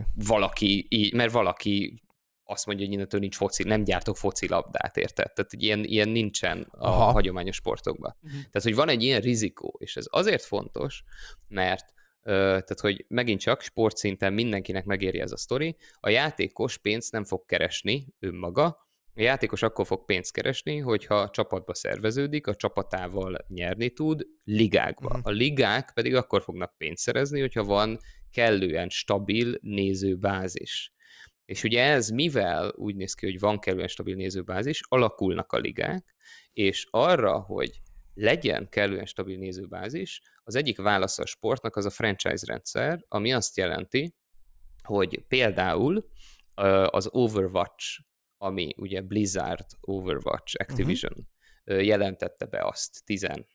valaki azt mondja, hogy innentől nincs foci, nem gyártok focilabdát, érted? Tehát ilyen nincsen a hagyományos sportokban. Tehát, hogy van egy ilyen rizikó, és ez azért fontos, mert tehát, hogy megint csak sportszinten mindenkinek megéri ez a sztori, a játékos pénzt nem fog keresni önmaga, a játékos akkor fog pénzt keresni, hogyha csapatba szerveződik, a csapatával nyerni tud, ligákba. A ligák pedig akkor fognak pénzt szerezni, hogyha van kellően stabil nézőbázis. És ugye ez, mivel úgy néz ki, hogy van kellően stabil nézőbázis, alakulnak a ligák, és arra, hogy legyen kellően stabil nézőbázis, az egyik válasz a sportnak az a franchise rendszer, ami azt jelenti, hogy például az Overwatch, ami ugye Blizzard Overwatch Activision jelentette be azt 16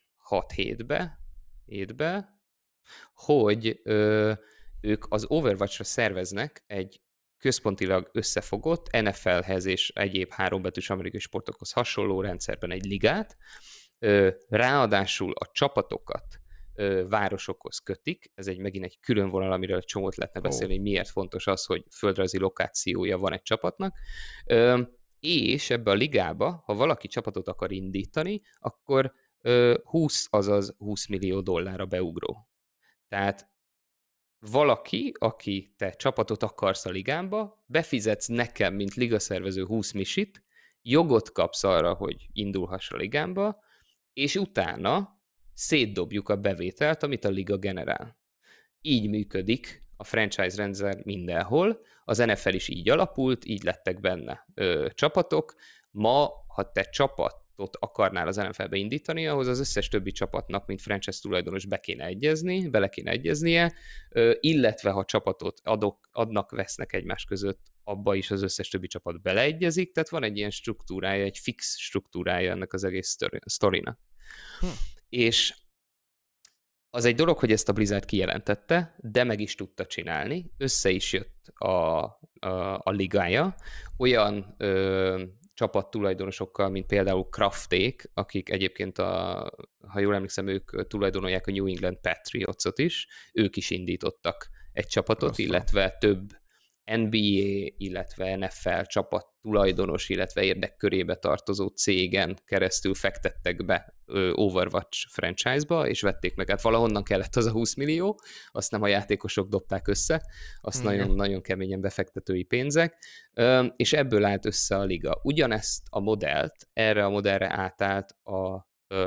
hétbe, hogy ők az Overwatchra szerveznek egy központilag összefogott NFL-hez és egyéb hárombetűs amerikai sportokhoz hasonló rendszerben egy ligát, ráadásul a csapatokat városokhoz kötik, ez megint egy külön vonal, amiről egy csomót lehetne beszélni, hogy miért fontos az, hogy földrajzi lokációja van egy csapatnak, és ebbe a ligába, ha valaki csapatot akar indítani, akkor 20 millió dollár a beugró. Tehát valaki, aki te csapatot akarsz a ligámba, befizetsz nekem, mint ligaszervező 20 misit, jogot kapsz arra, hogy indulhass a ligámba, és utána szétdobjuk a bevételt, amit a liga generál. Így működik a franchise rendszer mindenhol, az NFL is így alapult, így lettek benne csapatok. Ma, ha te csapatot akarnál az NFL-be indítani, ahhoz az összes többi csapatnak, mint franchise tulajdonos bele kéne egyeznie, illetve ha csapatot adnak-vesznek egymás között, abba is az összes többi csapat beleegyezik, tehát van egy ilyen struktúrája, egy fix struktúrája ennek az egész sztorinak. És az egy dolog, hogy ezt a Blizzard kijelentette, de meg is tudta csinálni, össze is jött a ligája, olyan csapattulajdonosokkal, mint például Krafték, akik egyébként, ha jól emlékszem, ők tulajdonolják a New England Patriots-ot is, ők is indítottak egy csapatot, illetve több NBA, illetve NFL csapat tulajdonos, illetve érdekkörébe tartozó cégen keresztül fektettek be Overwatch franchise-ba, és vették meg. Hát valahonnan kellett az a 20 millió, azt nem a játékosok dobták össze, azt nagyon-nagyon keményen befektetői pénzek, és ebből állt össze a liga. Ugyanezt a modellt, erre a modellre átállt a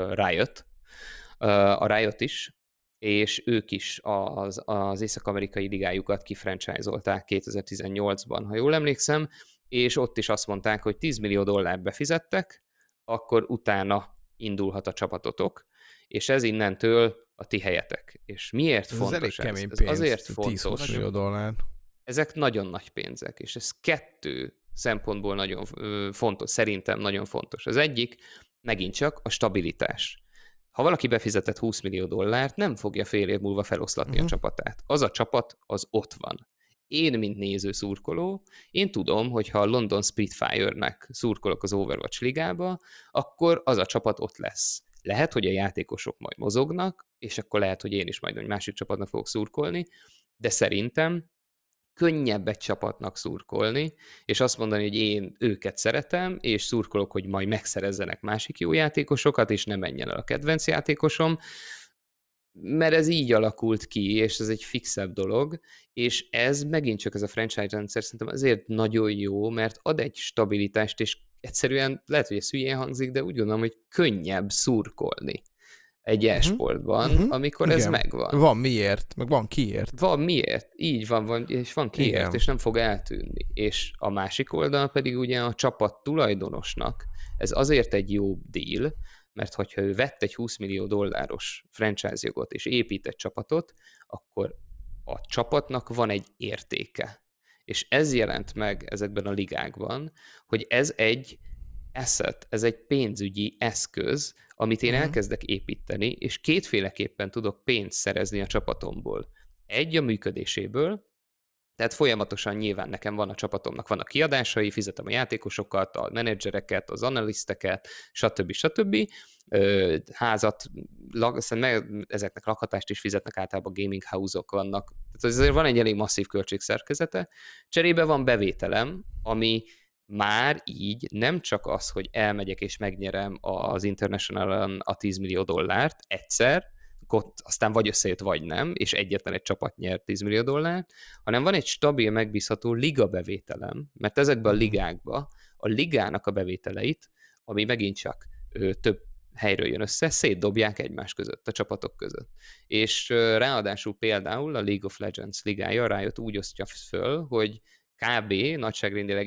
Riot is, és ők is az észak-amerikai ligájukat kifranchise-olták 2018-ban, ha jól emlékszem, és ott is azt mondták, hogy 10 millió dollárt befizettek, akkor utána indulhat a csapatotok, és ez innentől a ti helyetek. És miért ez fontos ez? Ez pénz, azért fontos. 10-20 millió dollár. Ezek nagyon nagy pénzek, és ez kettő szempontból nagyon fontos, szerintem nagyon fontos. Az egyik megint csak a stabilitás. Ha valaki befizetett 20 millió dollárt, nem fogja fél év múlva feloszlatni a csapatát. Az a csapat, az ott van. Én, mint néző szurkoló, én tudom, hogy ha a London Spitfire-nek szurkolok az Overwatch ligába, akkor az a csapat ott lesz. Lehet, hogy a játékosok majd mozognak, és akkor lehet, hogy én is majd egy másik csapatnak fogok szurkolni, de szerintem könnyebb egy csapatnak szurkolni, és azt mondani, hogy én őket szeretem, és szurkolok, hogy majd megszerezzenek másik jó játékosokat, és ne menjen el a kedvenc játékosom, mert ez így alakult ki, és ez egy fixebb dolog, és ez megint csak ez a franchise rendszer szerintem azért nagyon jó, mert ad egy stabilitást, és egyszerűen lehet, hogy ez hülyén hangzik, de úgy gondolom, hogy könnyebb szurkolni egy e-sportban, amikor ez Igen. megvan. Van miért, meg van kiért. Van miért, így van és van kiért, Igen. és nem fog eltűnni. És a másik oldal pedig ugye a csapat tulajdonosnak ez azért egy jó deal, mert hogyha ő vett egy $20 millió franchise jogot és épít egy csapatot, akkor a csapatnak van egy értéke. És ez jelent meg ezekben a ligákban, hogy ez egy asset, ez egy pénzügyi eszköz, amit én elkezdek építeni, és kétféleképpen tudok pénzt szerezni a csapatomból. Egy a működéséből, tehát folyamatosan nyilván nekem van a csapatomnak, vannak kiadásai, fizetem a játékosokat, a menedzsereket, az analiszteket, stb. Házat, ezeknek lakhatást is fizetnek, általában gaming house-ok vannak. Tehát azért van egy elég masszív költségszerkezete. Cserébe van bevételem, ami már így nem csak az, hogy elmegyek és megnyerem az International-on a $10 millió egyszer, aztán vagy összejött, vagy nem, és egyetlen egy csapat nyer $10 millió, hanem van egy stabil, megbízható liga bevételem, mert ezekben a ligákban a ligának a bevételeit, ami megint csak több helyről jön össze, szétdobják egymás között, a csapatok között. És ráadásul például a League of Legends ligája rájött úgy osztja föl, hogy kb. Nagyságrendileg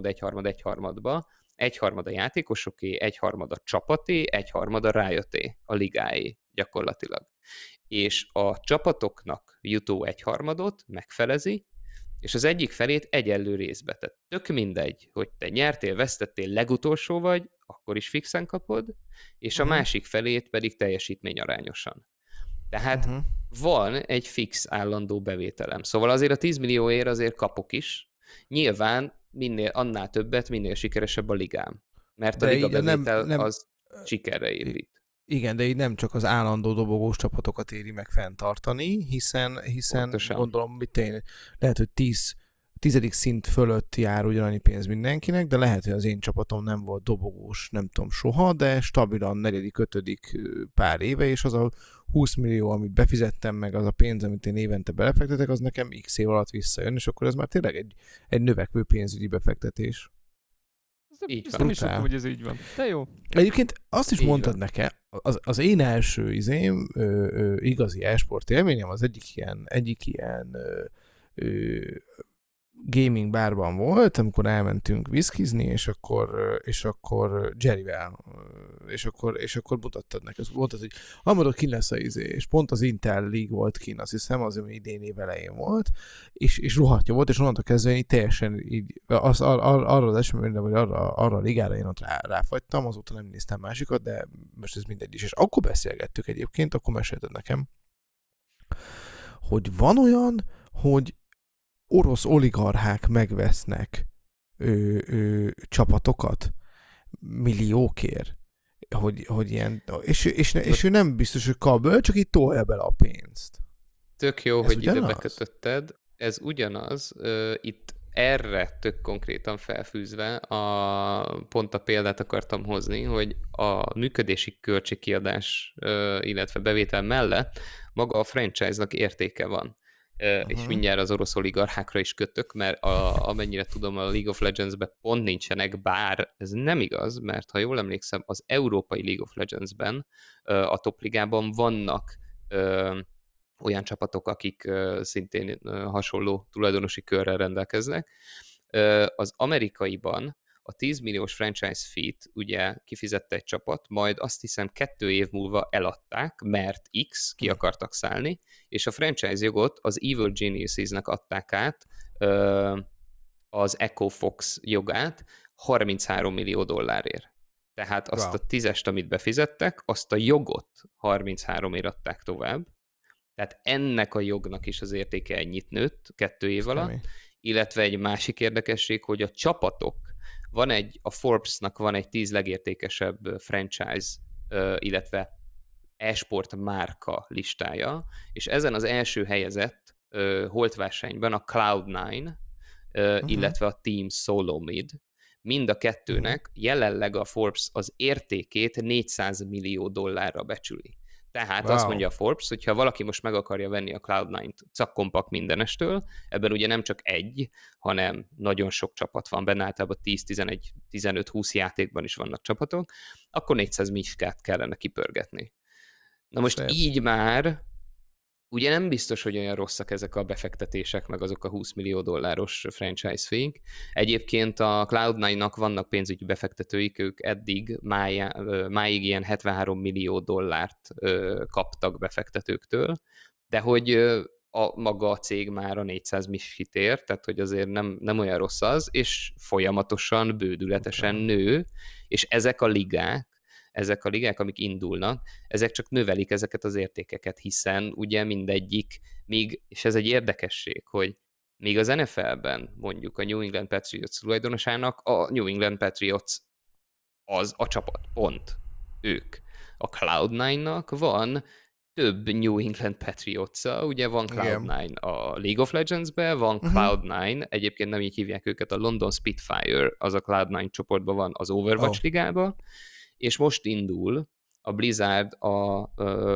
1/3 a játékosoké, 1/3 a csapaté, 1/3 a Riot-é, a ligáé gyakorlatilag. És a csapatoknak jutó 1/3 megfelezi, és az egyik felét egyenlő részbe. Tehát tök mindegy, hogy te nyertél, vesztettél, legutolsó vagy, akkor is fixen kapod, és a másik felét pedig teljesítményarányosan. Tehát van egy fix állandó bevételem. Szóval azért a 10 millióért azért kapok is. Nyilván annál többet, minél sikeresebb a ligám. Mert a liga bevétel az sikerre épít. Igen, de így nem csak az állandó dobogós csapatokat éri meg fenntartani, hiszen gondolom, lehet, hogy 10. szint fölött jár ugyanannyi pénz mindenkinek, de lehet, hogy az én csapatom nem volt dobogós, nem tudom soha, de stabilan 4., 5. pár éve, és az a 20 millió, amit befizettem, meg az a pénz, amit én évente belefektetek, az nekem x év alatt visszajön, és akkor ez már tényleg egy növekvő pénzügyi befektetés. Ezt nem is tudtam, hogy ez így van. De jó. Egyébként azt is így mondtad nekem, az én első igazi e-sport élményem az egyik ilyen gaming bárban volt, amikor elmentünk viszkizni, és akkor Jerryvel, és akkor mutattad neki, mondtad, hogy amadok ki lesz és pont az Intel League volt kín, azt hiszem, az, ami idén év elején volt, és rohadja volt, és onnantól kezdve én így teljesen így, arra az eseményre, vagy arra a ligára én ott ráfagytam, azóta nem néztem másikat, de most ez mindegy is. És akkor beszélgettük egyébként, akkor mesélted nekem, hogy van olyan, hogy orosz oligarchák megvesznek csapatokat milliókért, hogy ilyen, és ő nem biztos, hogy kap, csak itt tolja bele a pénzt. Tök jó, ez hogy ugyanaz? Ide bekötötted. Ez ugyanaz, itt erre tök konkrétan felfűzve pont a példát akartam hozni, hogy a működési költségkiadás, illetve bevétel mellett maga a franchise-nak értéke van. És mindjárt az orosz oligarchákra is kötök, mert amennyire tudom, a League of Legends-ben pont nincsenek, bár ez nem igaz, mert ha jól emlékszem, az európai League of Legends-ben, a topligában vannak olyan csapatok, akik szintén hasonló tulajdonosi körrel rendelkeznek. Az amerikaiban a 10 milliós franchise fee-t ugye kifizette egy csapat, majd azt hiszem 2 év múlva eladták, mert X ki akartak szállni, és a franchise jogot az Evil Geniuses-nek adták át, az Echo Fox jogát $33 millió. Tehát azt a 10-est, amit befizettek, azt a jogot 33-ért adták tovább. Tehát ennek a jognak is az értéke ennyit nőtt 2 év alatt. Illetve egy másik érdekesség, hogy a csapatok, a Forbes-nak van egy 10 legértékesebb franchise, illetve e-sport márka listája, és ezen az első helyezett holtversenyben a Cloud9, illetve a Team Solomid, mind a kettőnek jelenleg a Forbes az értékét $400 millió becsüli. Tehát azt mondja a Forbes, hogy ha valaki most meg akarja venni a Cloud9-t szakkompak mindenestől, ebben ugye nem csak egy, hanem nagyon sok csapat van benne, általában 10, 11, 15, 20 játékban is vannak csapatok, akkor 400 milliót kellene kipörgetni. Na most így már ugye nem biztos, hogy olyan rosszak ezek a befektetések, meg azok a $20 millió franchise fee-k. Egyébként a Cloud9-nak vannak pénzügyi befektetőik, ők eddig máig ilyen $73 millió kaptak befektetőktől, de hogy maga a cég már a 400 milliót ér, tehát hogy azért nem olyan rossz az, és folyamatosan, bődületesen nő, és ezek a ligák, amik indulnak, ezek csak növelik ezeket az értékeket, hiszen ugye mindegyik, és ez egy érdekesség, hogy még az NFL-ben mondjuk a New England Patriots tulajdonosának a New England Patriots az a csapat, pont. Ők. A Cloud9-nak van több New England Patriots-a, ugye van Cloud9 a League of Legends-ben, van Cloud9, egyébként nem így hívják őket, a London Spitfire, az a Cloud9 csoportban van az Overwatch ligába, és most indul a Blizzard a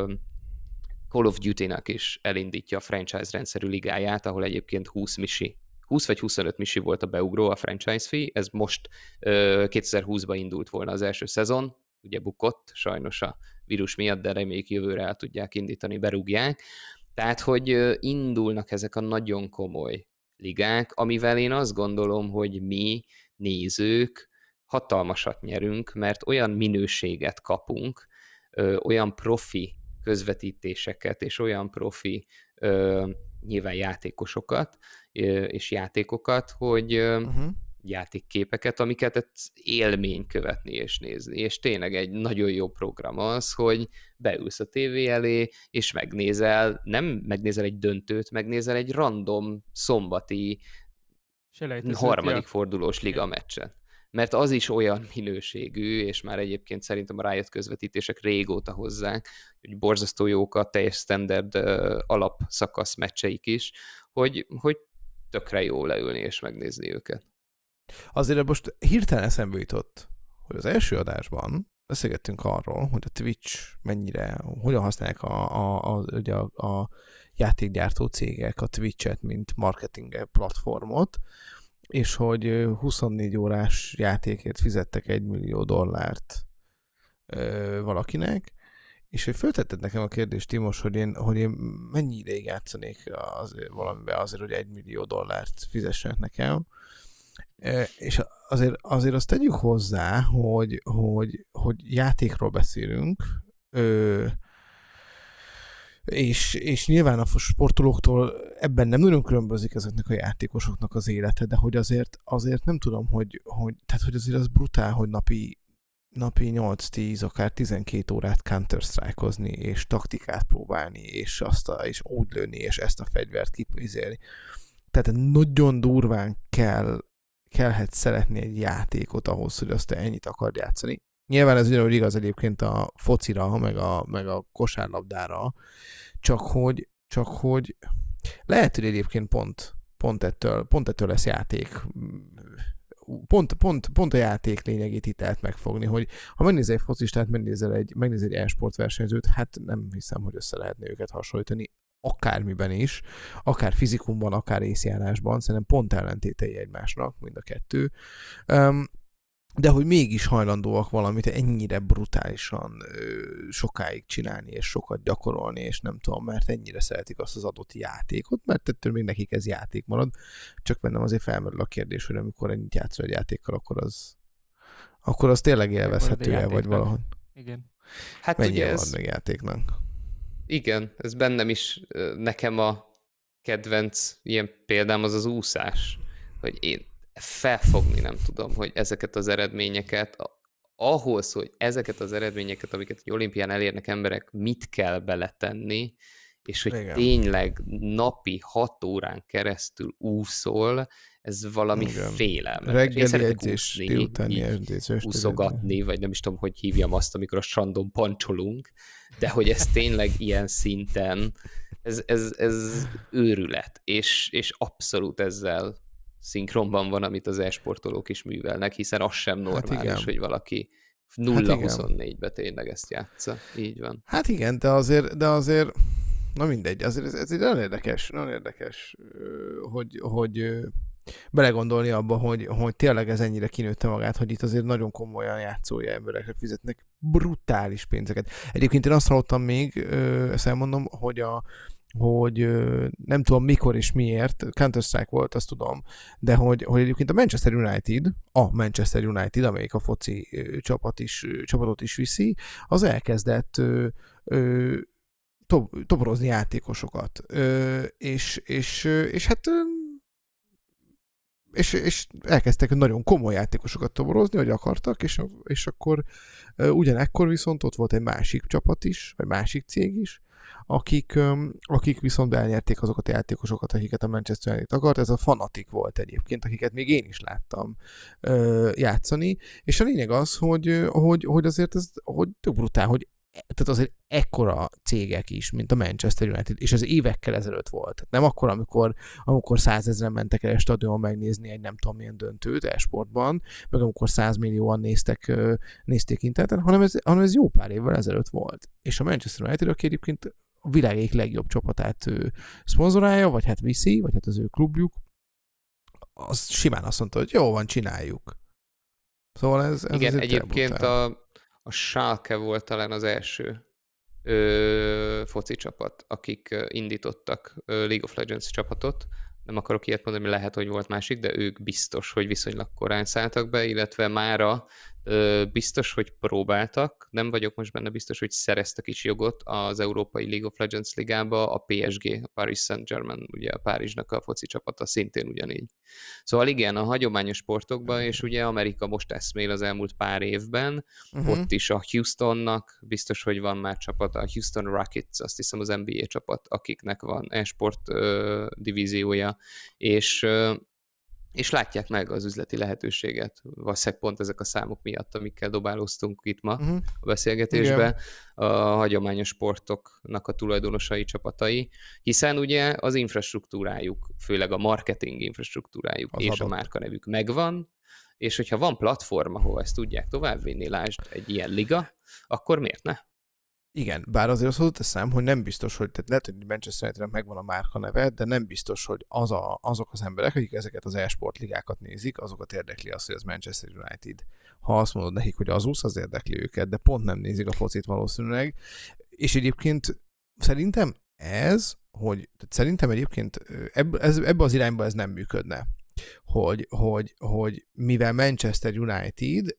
Call of Duty-nak is elindítja a franchise rendszerű ligáját, ahol egyébként 20 vagy 25 misi volt a beugró, a franchise fee, ez most 2020-ban indult volna az első szezon, ugye bukott, sajnos a vírus miatt, de reméljük jövőre el tudják indítani, berúgják. Tehát, hogy indulnak ezek a nagyon komoly ligák, amivel én azt gondolom, hogy mi nézők hatalmasat nyerünk, mert olyan minőséget kapunk, olyan profi közvetítéseket, és olyan profi nyilván játékosokat és játékokat, hogy játékképeket, amiket élmény követni és nézni. És tényleg egy nagyon jó program az, hogy beülsz a tévé elé, és nem megnézel egy döntőt, megnézel egy random szombati harmadik fordulós liga meccset. Mert az is olyan minőségű, és már egyébként szerintem a Riot közvetítések régóta hozzák, hogy borzasztó jók a teljes standard alapszakasz meccseik is, hogy tökre jó leülni és megnézni őket. Azért most hirtelen eszembe jutott, hogy az első adásban beszélgettünk arról, hogy a Twitch hogyan használják ugye a játékgyártó cégek a Twitch-et, mint marketing platformot, és hogy 24 órás játékért fizettek $1 millió valakinek, és hogy föltetted nekem a kérdést, Timos, hogy én mennyi ideig játszanék valamiben azért, hogy $1 millió fizessenek nekem, és azért azt tegyük hozzá, hogy játékról beszélünk, és nyilván a sportolóktól ebben nem nagyon különbözik ezeknek a játékosoknak az élete, de hogy azért nem tudom, hogy azért az brutál, hogy napi 8-10, akár 12 órát Counter-Strike-ozni, és taktikát próbálni, és és úgy lőni, és ezt a fegyvert kipizélni. Tehát nagyon durván kellhet szeretni egy játékot ahhoz, hogy azt ennyit akar játszani. Nyilván ez ugyanúgy igaz egyébként a focira, meg a kosárlabdára, csak hogy lehet, hogy egyébként pont ettől lesz játék. Pont a játék lényegét itt lehet megfogni, hogy ha megnézel egy focistát, megnézel egy e-sport versenyzőt, hát nem hiszem, hogy össze lehetne őket hasonlítani akármiben is, akár fizikumban, akár észjárásban, szerintem pont ellentétei egymásnak, mind a kettő. De hogy mégis hajlandóak valamit ennyire brutálisan sokáig csinálni, és sokat gyakorolni, és nem tudom, mert ennyire szeretik azt az adott játékot, mert ettől még nekik ez játék marad. Csak bennem azért felmerül a kérdés, hogy amikor ennyit játszol egy játékkal, akkor az tényleg élvezhető-e, vagy valahogy. Igen. Hát mennyire van még játéknak? Igen, ez bennem is, nekem a kedvenc ilyen példám az úszás, hogy én felfogni nem tudom, hogy ezeket az eredményeket, ahhoz, hogy ezeket az eredményeket, amiket egy olimpián elérnek emberek, mit kell beletenni, és hogy tényleg napi 6 órán keresztül úszol ez valami Igen. félelmetes. Én Reggeli szeretek edzés, úszni, délutáni így edzés, este edzés. úszogatni, vagy nem is tudom, hogy hívjam azt, amikor a strandon pancsolunk, de hogy ez tényleg ilyen szinten, ez őrület, és abszolút ezzel szinkronban van, amit az e-sportolók is művelnek, hiszen az sem normális, igen. hogy valaki Hát igen. 0-24-be tényleg ezt játsza. Így van. Hát igen, de azért na mindegy, azért ez egy nagyon érdekes, hogy belegondolni abba, hogy tényleg ez ennyire kinőtte magát, hogy itt azért nagyon komolyan játszója emberekre fizetnek brutális pénzeket. Egyébként én azt hallottam még, ezt elmondom, hogy nem tudom mikor és miért, Counter-Strike volt, azt tudom, de hogy egyébként a Manchester United, amelyik a foci csapatot is viszi, az elkezdett toborozni játékosokat. És hát és elkezdtek nagyon komoly játékosokat toborozni, hogy akartak, és akkor ugyanekkor viszont ott volt egy másik csapat is, vagy másik cég is, akik viszont elnyerték azokat a játékosokat, akiket a Manchester United akart. Ez a Fnatic volt egyébként, akiket még én is láttam játszani, és a lényeg az, hogy azért ez hogy tök brutál, hogy tehát azért ekkora cégek is, mint a Manchester United, és az évekkel ezelőtt volt. Tehát nem akkor, amikor 100 000 mentek el a stadionon megnézni egy nem tudom milyen döntőt e-sportban, meg amikor 100 millióan nézték interneten, hanem ez jó pár évvel ezelőtt volt. És a Manchester United, aki egyébként a világ egyik legjobb csapatát szponzorálja, vagy hát viszi, vagy hát az ő klubjuk, az simán azt mondta, hogy jó van, csináljuk. Szóval ez igen, egyébként a Schalke volt talán az első foci csapat, akik indítottak League of Legends csapatot. Nem akarok ilyet mondani, mert lehet, hogy volt másik, de ők biztos, hogy viszonylag korán szálltak be, illetve mára biztos, hogy próbáltak. Nem vagyok most benne biztos, hogy szereztek is jogot az Európai League of Legends ligába, a PSG, a Paris Saint-Germain, ugye a Párizsnak a foci csapata szintén ugyanígy. Szóval igen, a hagyományos sportokban, és ugye Amerika most eszmél az elmúlt pár évben, ott is a Houstonnak biztos, hogy van már csapata, a Houston Rockets, azt hiszem az NBA csapat, akiknek van e-sport divíziója, és látják meg az üzleti lehetőséget. Valószínűleg pont ezek a számok miatt, amikkel dobálóztunk itt ma a beszélgetésbe, igen. A hagyományos sportoknak a tulajdonosai, csapatai, hiszen ugye az infrastruktúrájuk, főleg a marketing infrastruktúrájuk az és adott. A márkanevük megvan, és hogyha van platform, ahol ezt tudják továbbvinni, lásd egy ilyen liga, akkor miért ne? Igen, bár azért azt hozzáteszem, hogy nem biztos, hogy tehát lehet, hogy Manchester Unitednek megvan a márka neve, de nem biztos, hogy azok az emberek, akik ezeket az e-sport ligákat nézik, azokat érdekli az, hogy az Manchester United. Ha azt mondod nekik, hogy az érdekli őket, de pont nem nézik a focit valószínűleg. És egyébként szerintem szerintem egyébként ebbe az irányba ez nem működne. Hogy mivel Manchester United,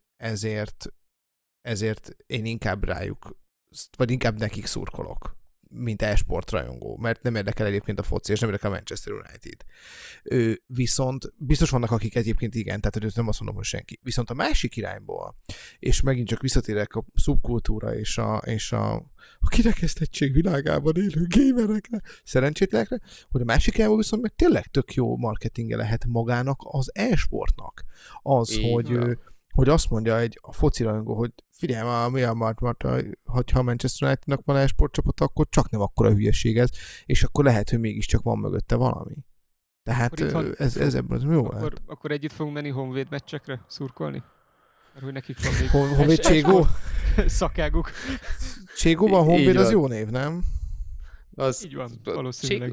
ezért én inkább rájuk vagy inkább nekik szurkolok, mint e-sport rajongó, mert nem érdekel egyébként a foci, és nem érdekel a Manchester United. Viszont biztos vannak, akik egyébként igen, tehát hogy nem azt mondom, hogy senki. Viszont a másik irányból, és megint csak visszatérek a szubkultúra és a kirekesztettség világában élő gamerekre, szerencsétlenekre, hogy a másik irányból viszont meg tényleg tök jó marketingje lehet magának az e-sportnak. Az, hogy azt mondja a foci rajongó, hogy figyelj, mi a Mart, hogyha a Manchester Unitednak van e-sportcsapata, akkor csak nem akkora hülyeség ez, és akkor lehet, hogy mégiscsak van mögötte valami. Tehát ez ebből az jó lehet. Akkor együtt fogunk menni Honvéd meccsekre szurkolni? Mert hogy nekik van még Honvéd Cségó? Szakáguk. Cségóban Honvéd az jó név, nem? Így van, valószínűleg.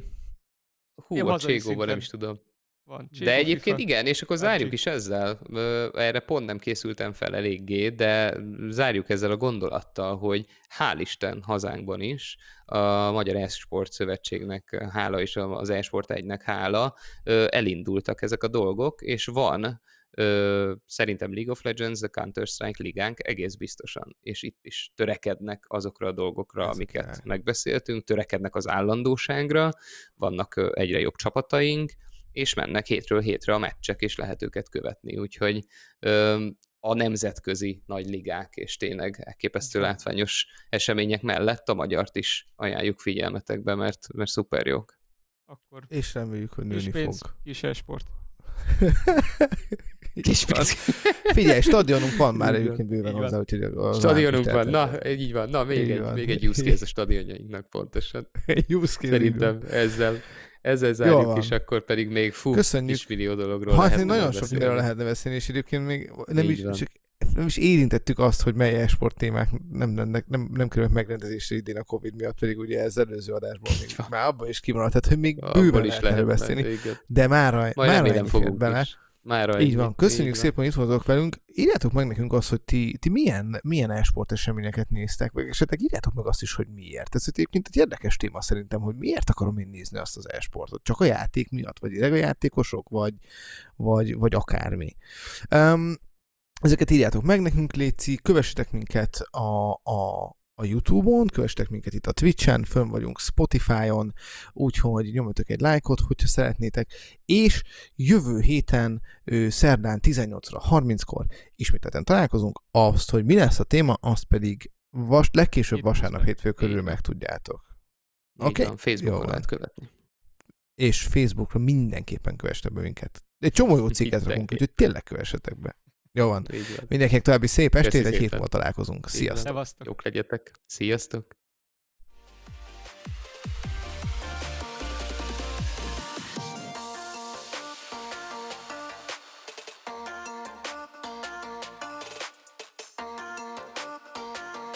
A Cségóban nem is tudom. Van, de egyébként igen, és akkor zárjuk is ezzel. Erre pont nem készültem fel eléggé, de zárjuk ezzel a gondolattal, hogy hál' Isten hazánkban is, a Magyar E-sport Szövetségnek hála és az E-sport 1-nek hála, elindultak ezek a dolgok, és van szerintem League of Legends, a Counter-Strike ligánk egész biztosan, és itt is törekednek azokra a dolgokra, amiket megbeszéltünk, törekednek az állandóságra, vannak egyre jobb csapataink, és mennek hétről hétre a meccsek, és lehet őket követni. Úgyhogy a nemzetközi nagy ligák, és tényleg elképesztő látványos események mellett a magyart is ajánljuk figyelmetekbe, mert szuper jók. Akkor és reméljük, hogy nőni fog. Kis e-sport. Kis pici. Figyelj, stadionunk van már Így van, egyébként bőven így van. hozzá, úgyhogy Stadionunk van, így van. Na, Így még van. egy use case a stadionjainknak pontosan. Use case, Szerintem ezzel Jól zárjuk, van. és akkor pedig még Köszönjük. kis millió dologról Hát lehetne nagyon sok beszélni. mindenről lehetne beszélni, és egyébként még Így van. nem is érintettük azt, hogy mely e-sport témák nem kerülnek megrendezésre idén a Covid miatt, pedig ugye ez előző adásból még már abban is kimaradt, tehát hogy még Abból bőven is lehet lehet beszélni, igen. de mára Majd ennyi remélem fért fogunk bele. is. Mára Így ennyi. van, köszönjük Így szépen, hogy itt voltatok velünk. Írjátok meg nekünk azt, hogy ti milyen e-sport eseményeket néztek, vagy esetleg írjátok meg azt is, hogy miért. Ez egyébként egy érdekes téma szerintem, hogy miért akarom én nézni azt az e-sportot. Csak a játék miatt, vagy a játékosok, vagy akármi. Ezeket írjátok meg nekünk, létszi, kövessetek minket a YouTube-on, kövessetek minket itt a Twitch-en, fönn vagyunk Spotify-on, úgyhogy nyomjatok egy lájkot, hogyha szeretnétek, és jövő héten, szerdán 18:30-kor ismételten találkozunk, azt, hogy mi lesz a téma, azt pedig legkésőbb vasárnap hétfő körül megtudjátok. Oké? Jó Facebookon van. lehet követni. És Facebookra mindenképpen kövessetek be minket. Egy csomó jó cikket rakunk, úgyhogy tényleg kövessetek be. Jó van. Így van. Mindenkinek további szép estét, Köszi egy hét szépen. múlva találkozunk. Így van. Sziasztok! Szevasztok. Jók legyetek. Sziasztok!